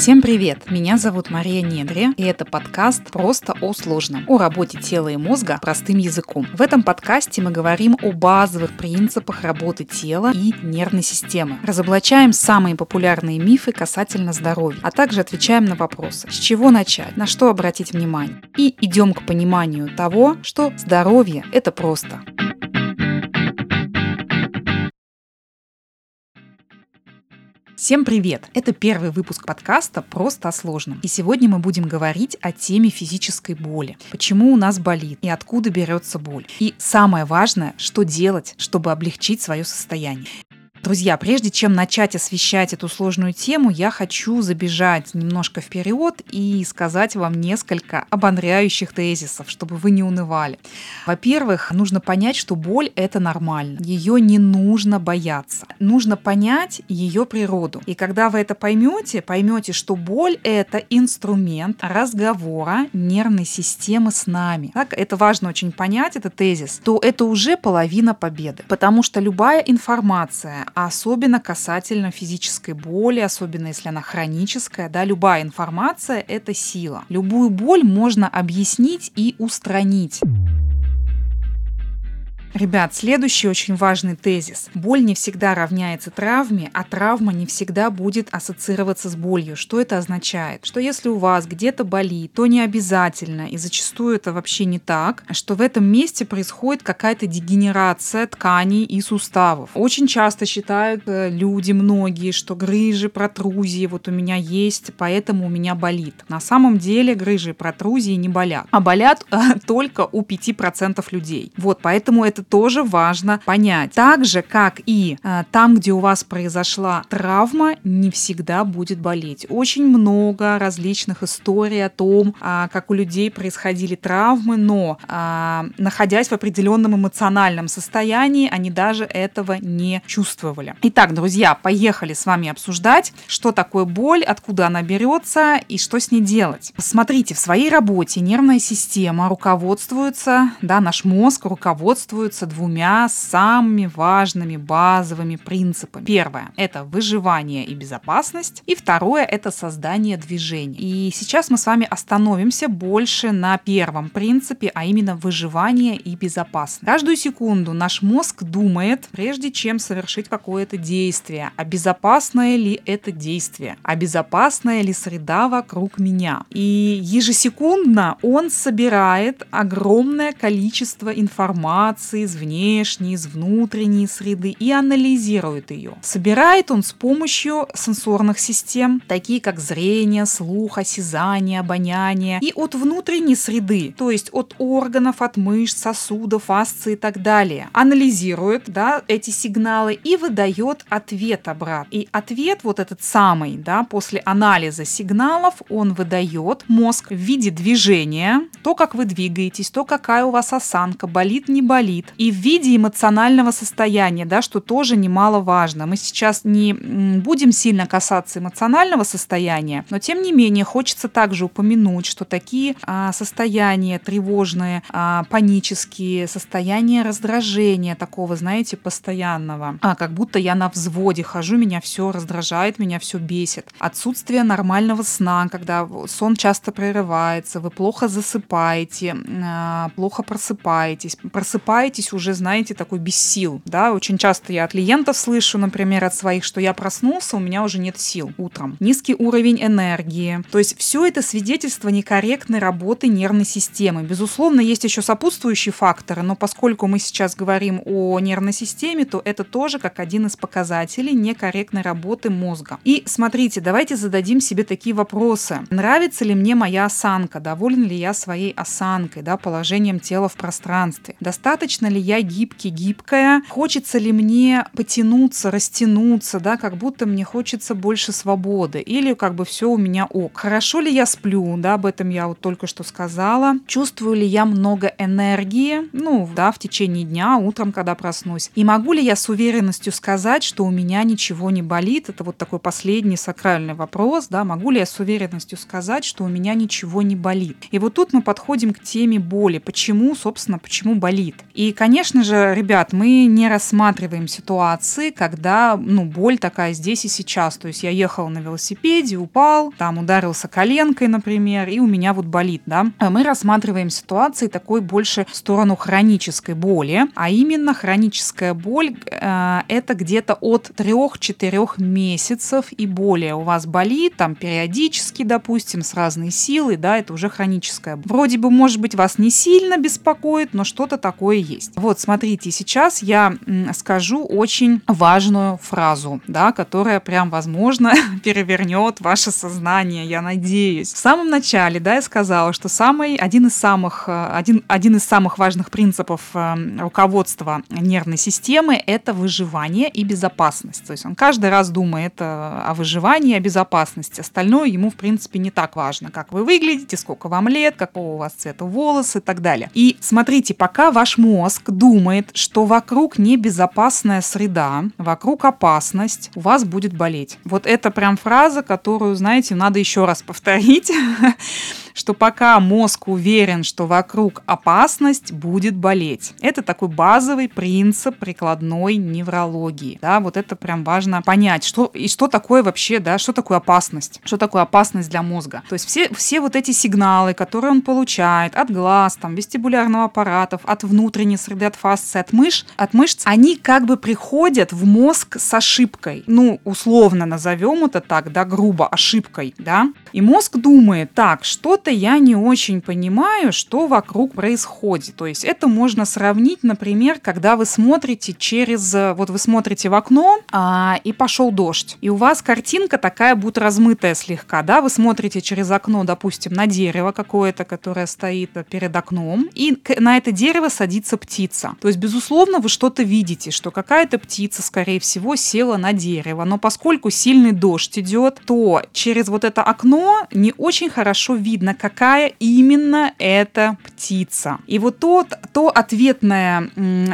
Всем привет! Меня зовут Мария Недре, и это подкаст «Просто о сложном», о работе тела и мозга простым языком. В этом подкасте мы говорим о базовых принципах работы тела и нервной системы, разоблачаем самые популярные мифы касательно здоровья, а также отвечаем на вопросы, с чего начать, на что обратить внимание, и идем к пониманию того, что здоровье – это просто. Всем привет! Это первый выпуск подкаста «Просто о сложном». И сегодня мы будем говорить о теме физической боли. Почему у нас болит и откуда берется боль. И самое важное, что делать, чтобы облегчить свое состояние. Друзья, прежде чем начать освещать эту сложную тему, я хочу забежать немножко вперед и сказать вам несколько ободряющих тезисов, чтобы вы не унывали. Во-первых, нужно понять, что боль – это нормально. Ее не нужно бояться. Нужно понять ее природу. И когда вы это поймете, что боль – это инструмент разговора нервной системы с нами. Так, это важно очень понять, этот тезис, то это уже половина победы. Потому что любая информация, особенно касательно физической боли, особенно если она хроническая, да, любая информация – это сила. Любую боль можно объяснить и устранить. Ребят, следующий очень важный тезис. Боль не всегда равняется травме, а травма не всегда будет ассоциироваться с болью. Что это означает? Что если у вас где-то болит, то не обязательно, и зачастую это вообще не так, что в этом месте происходит какая-то дегенерация тканей и суставов. Очень часто считают люди, многие, что грыжи, протрузии вот у меня есть, поэтому у меня болит. На самом деле грыжи и протрузии не болят, а болят только у 5% людей. Вот, поэтому это тоже важно понять. Так же, как и там, где у вас произошла травма, не всегда будет болеть. Очень много различных историй о том, как у людей происходили травмы, но находясь в определенном эмоциональном состоянии, они даже этого не чувствовали. Итак, друзья, поехали с вами обсуждать, что такое боль, откуда она берется и что с ней делать. Смотрите, в своей работе нервная система руководствуется, да, наш мозг руководствуется двумя самыми важными базовыми принципами. Первое – это выживание и безопасность, и второе – это создание движений. И сейчас мы с вами остановимся больше на первом принципе, а именно выживание и безопасность. Каждую секунду наш мозг думает, прежде чем совершить какое-то действие, а безопасное ли это действие, а безопасная ли среда вокруг меня. И ежесекундно он собирает огромное количество информации из внешней, из внутренней среды и анализирует ее. Собирает он с помощью сенсорных систем, такие как зрение, слух, осязание, обоняние, и от внутренней среды, то есть от органов, от мышц, сосудов, фасций и так далее. Анализирует, да, эти сигналы и выдает ответ обратно. И ответ вот этот самый, да, после анализа сигналов он выдает мозг в виде движения, то, как вы двигаетесь, то, какая у вас осанка, болит, не болит, и в виде эмоционального состояния, да, что тоже немаловажно. Мы сейчас не будем сильно касаться эмоционального состояния, но тем не менее хочется также упомянуть, что такие состояния тревожные, панические, состояния раздражения такого, знаете, постоянного, как будто я на взводе хожу, меня все раздражает, меня все бесит. Отсутствие нормального сна, когда сон часто прерывается, вы плохо засыпаете, плохо просыпаетесь уже, знаете, такой без сил, да, очень часто я от клиентов слышу, например, от своих, что я проснулся, у меня уже нет сил утром, низкий уровень энергии, то есть все это свидетельство некорректной работы нервной системы. Безусловно, есть еще сопутствующие факторы, но поскольку мы сейчас говорим о нервной системе, то это тоже как один из показателей некорректной работы мозга. И смотрите, давайте зададим себе такие вопросы. Нравится ли мне моя осанка? Доволен ли я своей осанкой, да, положением тела в пространстве? Достаточно ли я гибкая? Хочется ли мне потянуться, растянуться, да, как будто мне хочется больше свободы? Или как бы все у меня ок? Хорошо ли я сплю? Да, об этом я вот только что сказала. Чувствую ли я много энергии? Ну, да, в течение дня, утром, когда проснусь. И могу ли я с уверенностью сказать, что у меня ничего не болит? Это вот такой последний сакральный вопрос, да, могу ли я с уверенностью сказать, что у меня ничего не болит? И вот тут мы подходим к теме боли. Почему, собственно, почему болит? И конечно же, ребят, мы не рассматриваем ситуации, когда, боль такая здесь и сейчас. То есть я ехал на велосипеде, упал, там ударился коленкой, например, и у меня вот болит, да. Мы рассматриваем ситуации такой больше в сторону хронической боли, а именно хроническая боль это где-то от 3-4 месяцев и более. У вас болит там периодически, допустим, с разной силой, да, это уже хроническая боль. Вроде бы, может быть, вас не сильно беспокоит, но что-то такое есть. Вот, смотрите, сейчас я скажу очень важную фразу, да, которая прям, возможно, перевернет ваше сознание, я надеюсь. В самом начале, да, я сказала, что один из самых важных принципов руководства нервной системы – это выживание и безопасность. То есть он каждый раз думает о выживании, о безопасности. Остальное ему, в принципе, не так важно, как вы выглядите, сколько вам лет, какого у вас цвета волосы и так далее. И смотрите, пока ваш мозг думает, что вокруг небезопасная среда, вокруг опасность, у вас будет болеть. Вот это прям фраза, которую, знаете, надо еще раз повторить, что пока мозг уверен, что вокруг опасность, будет болеть. Это такой базовый принцип прикладной неврологии. Да, вот это прям важно понять, что такое вообще, да, что такое опасность, для мозга. То есть все вот эти сигналы, которые он получает от глаз, там, вестибулярного аппарата, от внутренней среды, от фасции, от мышц, они как бы приходят в мозг с ошибкой. Условно назовем это так, да, грубо, ошибкой, да. И мозг думает, так, что-то я не очень понимаю, что вокруг происходит. То есть это можно сравнить, например, когда вы смотрите вы смотрите в окно, и пошел дождь. И у вас картинка такая будет размытая слегка, да, вы смотрите через окно, допустим, на дерево какое-то, которое стоит перед окном, и на это дерево садится птица. То есть, безусловно, вы что-то видите, что какая-то птица, скорее всего, села на дерево. Но поскольку сильный дождь идет, то через вот это окно не очень хорошо видно, какая именно эта птица. И вот та ответная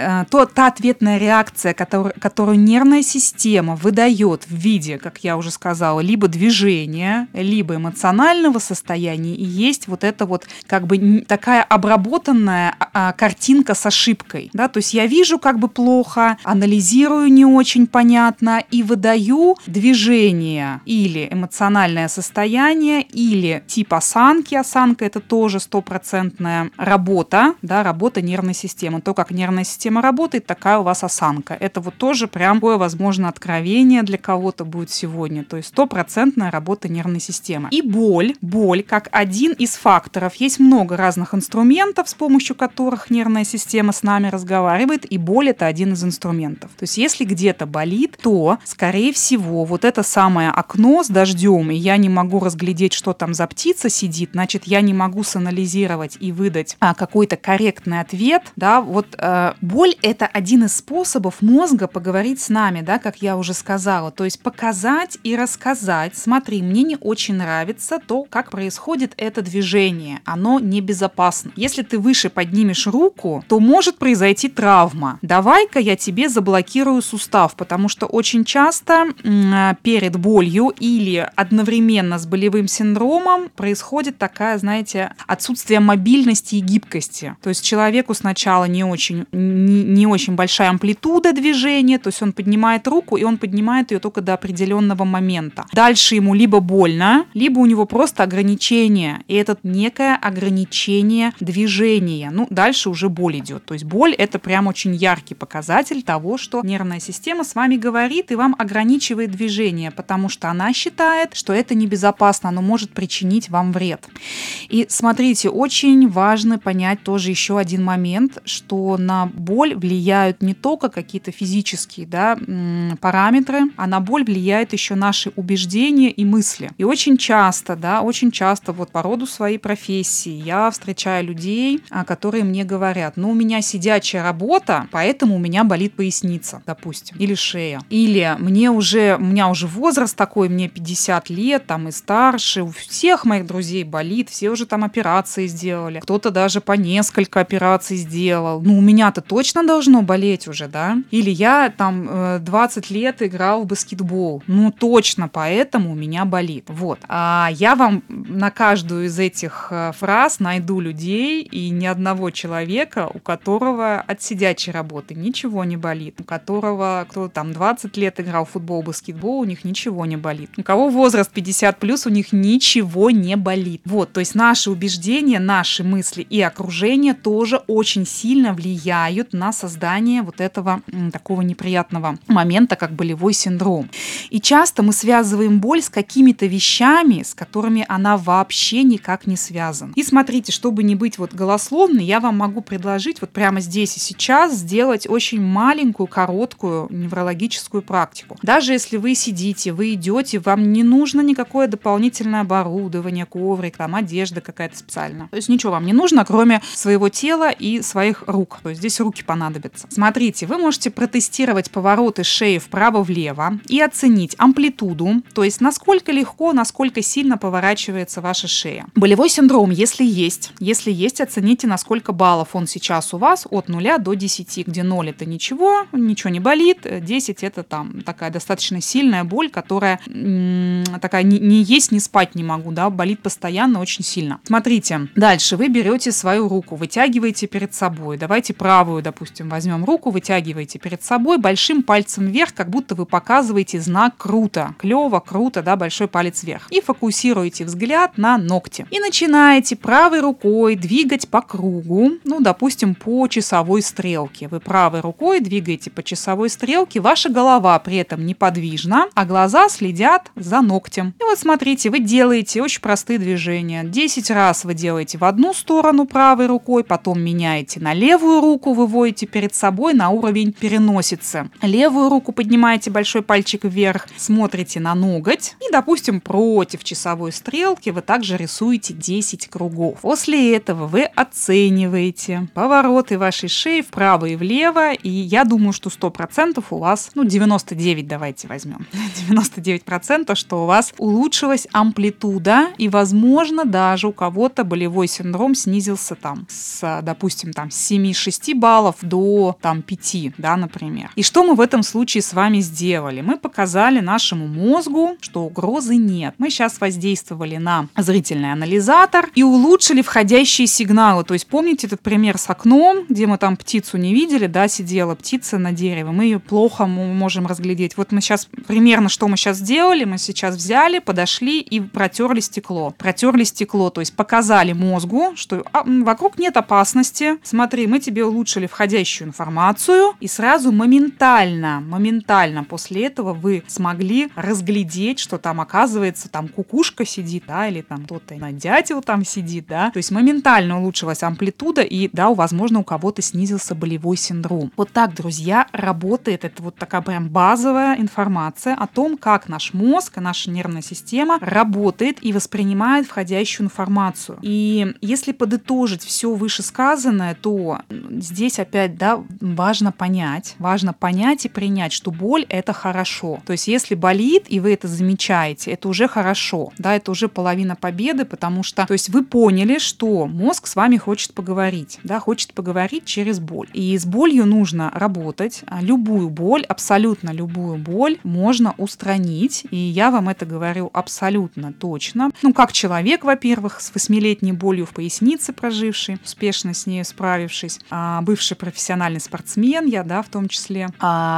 реакция, которую нервная система выдает в виде, как я уже сказала, либо движения, либо эмоционального состояния, и есть вот это вот как бы такая обработанная картинка с ошибкой. Да? То есть я вижу как бы плохо, анализирую не очень понятно и выдаю движение или эмоциональное состояние, или тип осанки. Осанка – это тоже 100% работа, да, работа нервной системы. То, как нервная система работает, такая у вас осанка. Это вот тоже прям такое, возможно, откровение для кого-то будет сегодня. То есть 100% работа нервной системы. И боль как один из факторов. Есть много разных инструментов, с помощью которых нервная система с нами разговаривает, и боль – это один из инструментов. То есть если где-то болит, то, скорее всего, вот это самое окно с дождем, и я не могу разглядеть, что там за птица сидит, значит, я не могу санализировать и выдать какой-то корректный ответ. Да? Вот боль – это один из способов мозга поговорить с нами, да, как я уже сказала. То есть показать и рассказать. Смотри, мне не очень нравится то, как происходит это движение. Оно небезопасно. Если ты выше поднимешь руку, то может произойти травма. Давай-ка я тебе заблокирую сустав, потому что очень часто перед болью или одновременно с болевым синдромом происходит такая, знаете, отсутствие мобильности и гибкости. То есть человеку сначала не очень большая амплитуда движения, то есть он поднимает руку, и он поднимает ее только до определенного момента. Дальше ему либо больно, либо у него просто ограничение, и это некое ограничение движения. Дальше уже боль идет. То есть боль – это прям очень яркий показатель того, что нервная система с вами говорит и вам ограничивает движение, потому что она считает, что это небезопасно, оно может причинить вам вред. И смотрите, очень важно понять тоже еще один момент, что на боль влияют не только какие-то физические, да, параметры, а на боль влияют еще наши убеждения и мысли. И очень часто вот по роду своей профессии я встречаю людей, которые мне говорят, у меня сидячая работа, поэтому у меня болит поясница, допустим, или шея. Или у меня уже возраст такой, мне 50 лет, там и старше, у всех моих друзей болит болит, все уже там операции сделали, кто-то даже по несколько операций сделал. Ну, у меня-то точно должно болеть уже, да? Или я там 20 лет играл в баскетбол. Ну, точно, поэтому у меня болит. Вот. А я вам на каждую из этих фраз найду людей, и ни одного человека, у которого от сидячей работы ничего не болит, у которого, кто там 20 лет играл в футбол, баскетбол, у них ничего не болит. У кого возраст 50+, у них ничего не болит. Вот, то есть наши убеждения, наши мысли и окружение тоже очень сильно влияют на создание вот этого такого неприятного момента, как болевой синдром. И часто мы связываем боль с какими-то вещами, с которыми она вообще никак не связана. И смотрите, чтобы не быть вот голословной, я вам могу предложить вот прямо здесь и сейчас сделать очень маленькую, короткую неврологическую практику. Даже если вы сидите, вы идете, вам не нужно никакое дополнительное оборудование, коврик, там одежда какая-то специальная. То есть ничего вам не нужно, кроме своего тела и своих рук. То есть здесь руки понадобятся. Смотрите, вы можете протестировать повороты шеи вправо-влево и оценить амплитуду, то есть насколько легко, насколько сильно поворачивается ваша шея. Болевой синдром, если есть, оцените, на сколько баллов он сейчас у вас от 0 до 10, где 0 это ничего не болит, 10 это там такая достаточно сильная боль, которая такая не есть, не спать не могу, да, болит постоянно очень сильно. Смотрите, дальше вы берете свою руку, вытягиваете перед собой, давайте правую, допустим, возьмем руку, вытягиваете перед собой большим пальцем вверх, как будто вы показываете знак круто, клево, круто, да, большой палец вверх. И фокусируете взгляд на ногти. И начинаете правой рукой двигать по кругу, ну, допустим, по часовой стрелке. Вы правой рукой двигаете по часовой стрелке, ваша голова при этом неподвижна, а глаза следят за ногтем. И вот смотрите, вы делаете очень простые движения. 10 раз вы делаете в одну сторону правой рукой, потом меняете на левую руку, выводите перед собой на уровень переносицы. Левую руку поднимаете большой пальчик вверх, смотрите на ноготь и, допустим, против часовой стрелки вы также рисуете 10 кругов. После этого вы оцениваете повороты вашей шеи вправо и влево, и я думаю, что 100% у вас, 99 давайте возьмем, 99%, что у вас улучшилась амплитуда, и, возможно, даже у кого-то болевой синдром снизился там с, допустим, там с 7-6 баллов до там 5, да, например. И что мы в этом случае с вами сделали? Мы показали нашему мозгу, что угрозы нет. Мы сейчас воздействовали на зрительный анализатор и улучшили входящие сигналы. То есть помните этот пример с окном, где мы там птицу не видели, да, сидела птица на дереве, мы ее плохо можем разглядеть. Вот мы сейчас, примерно что мы сейчас сделали, мы сейчас взяли, подошли и протерли стекло. Протерли стекло, то есть показали мозгу, что вокруг нет опасности. Смотри, мы тебе улучшили входящую информацию, и сразу моментально после этого вы смогли разглядеть, что там, оказывается, там кукушка сидит, да, или там кто-то на дятел там сидит, да. То есть моментально улучшилась амплитуда, и, да, возможно, у кого-то снизился болевой синдром. Вот так, друзья, работает. Это вот такая прям базовая информация о том, как наш мозг, наша нервная система работает и воспринимает входящую информацию. И если подытожить все вышесказанное, то здесь опять, да, важно понять и принять, что боль — это хорошо. То есть если болит, и вы это замечаете, это уже хорошо, да, это уже половина победы, потому что, то есть вы поняли, что мозг с вами хочет поговорить, да, хочет поговорить через боль. И с болью нужно работать. Любую боль, абсолютно любую боль можно устранить, и я вам это говорю абсолютно точно. Как человек, во-первых, с 8-летней болью в пояснице проживший, успешно с ней справившись, бывший профессиональный спортсмен, я, да, в том числе.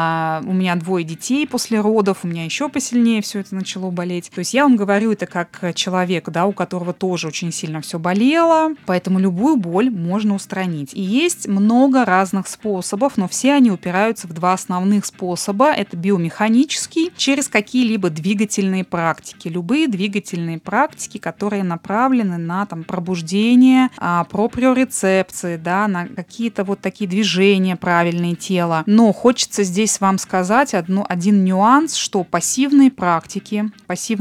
У меня 2 детей после родов, у меня еще посильнее все это начало болеть. То есть я вам говорю это как человек, да, у которого тоже очень сильно все болело, поэтому любую боль можно устранить. И есть много разных способов, но все они упираются в 2 основных способа. Это биомеханический, через какие-либо двигательные практики. Любые двигательные практики, которые направлены на там, пробуждение, проприорецепции, да, на какие-то вот такие движения правильные тела. Но хочется здесь вам сказать один нюанс, что пассивные практики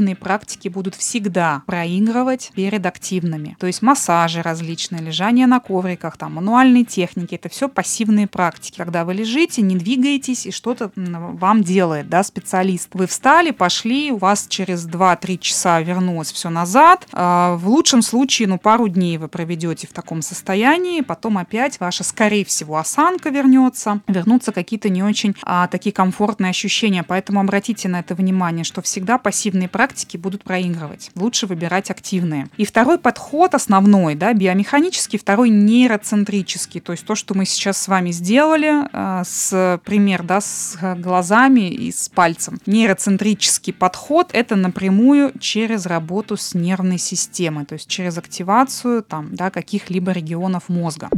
будут всегда проигрывать перед активными. То есть массажи различные, лежание на ковриках, там, мануальные техники, это все пассивные практики. Когда вы лежите, не двигаетесь, и что-то вам делает, да, специалист. Вы встали, пошли, у вас через 2-3 часа вернулось все назад, В лучшем случае, пару дней вы проведете в таком состоянии, потом опять ваша, скорее всего, осанка вернутся какие-то не очень такие комфортные ощущения. Поэтому обратите на это внимание, что всегда пассивные практики будут проигрывать. Лучше выбирать активные. И второй подход основной, биомеханический, второй нейроцентрический. То есть то, что мы сейчас с вами сделали, пример, с глазами и с пальцем. Нейроцентрический подход — это напрямую через работу с нервной системой, то есть через активацию каких-либо регионов мозга.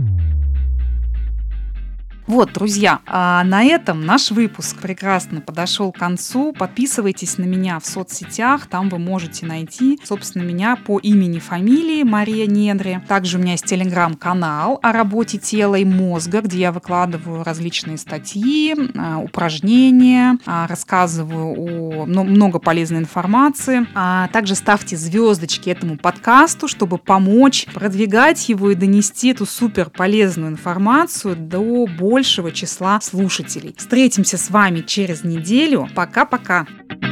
Вот, друзья, на этом наш выпуск прекрасно подошел к концу. Подписывайтесь на меня в соцсетях, там вы можете найти, собственно, меня по имени, фамилии Мария Недри. Также у меня есть телеграм-канал о работе тела и мозга, где я выкладываю различные статьи, упражнения, рассказываю много полезной информации. Также ставьте звездочки этому подкасту, чтобы помочь продвигать его и донести эту супер полезную информацию до большего числа слушателей. Встретимся с вами через неделю. Пока-пока!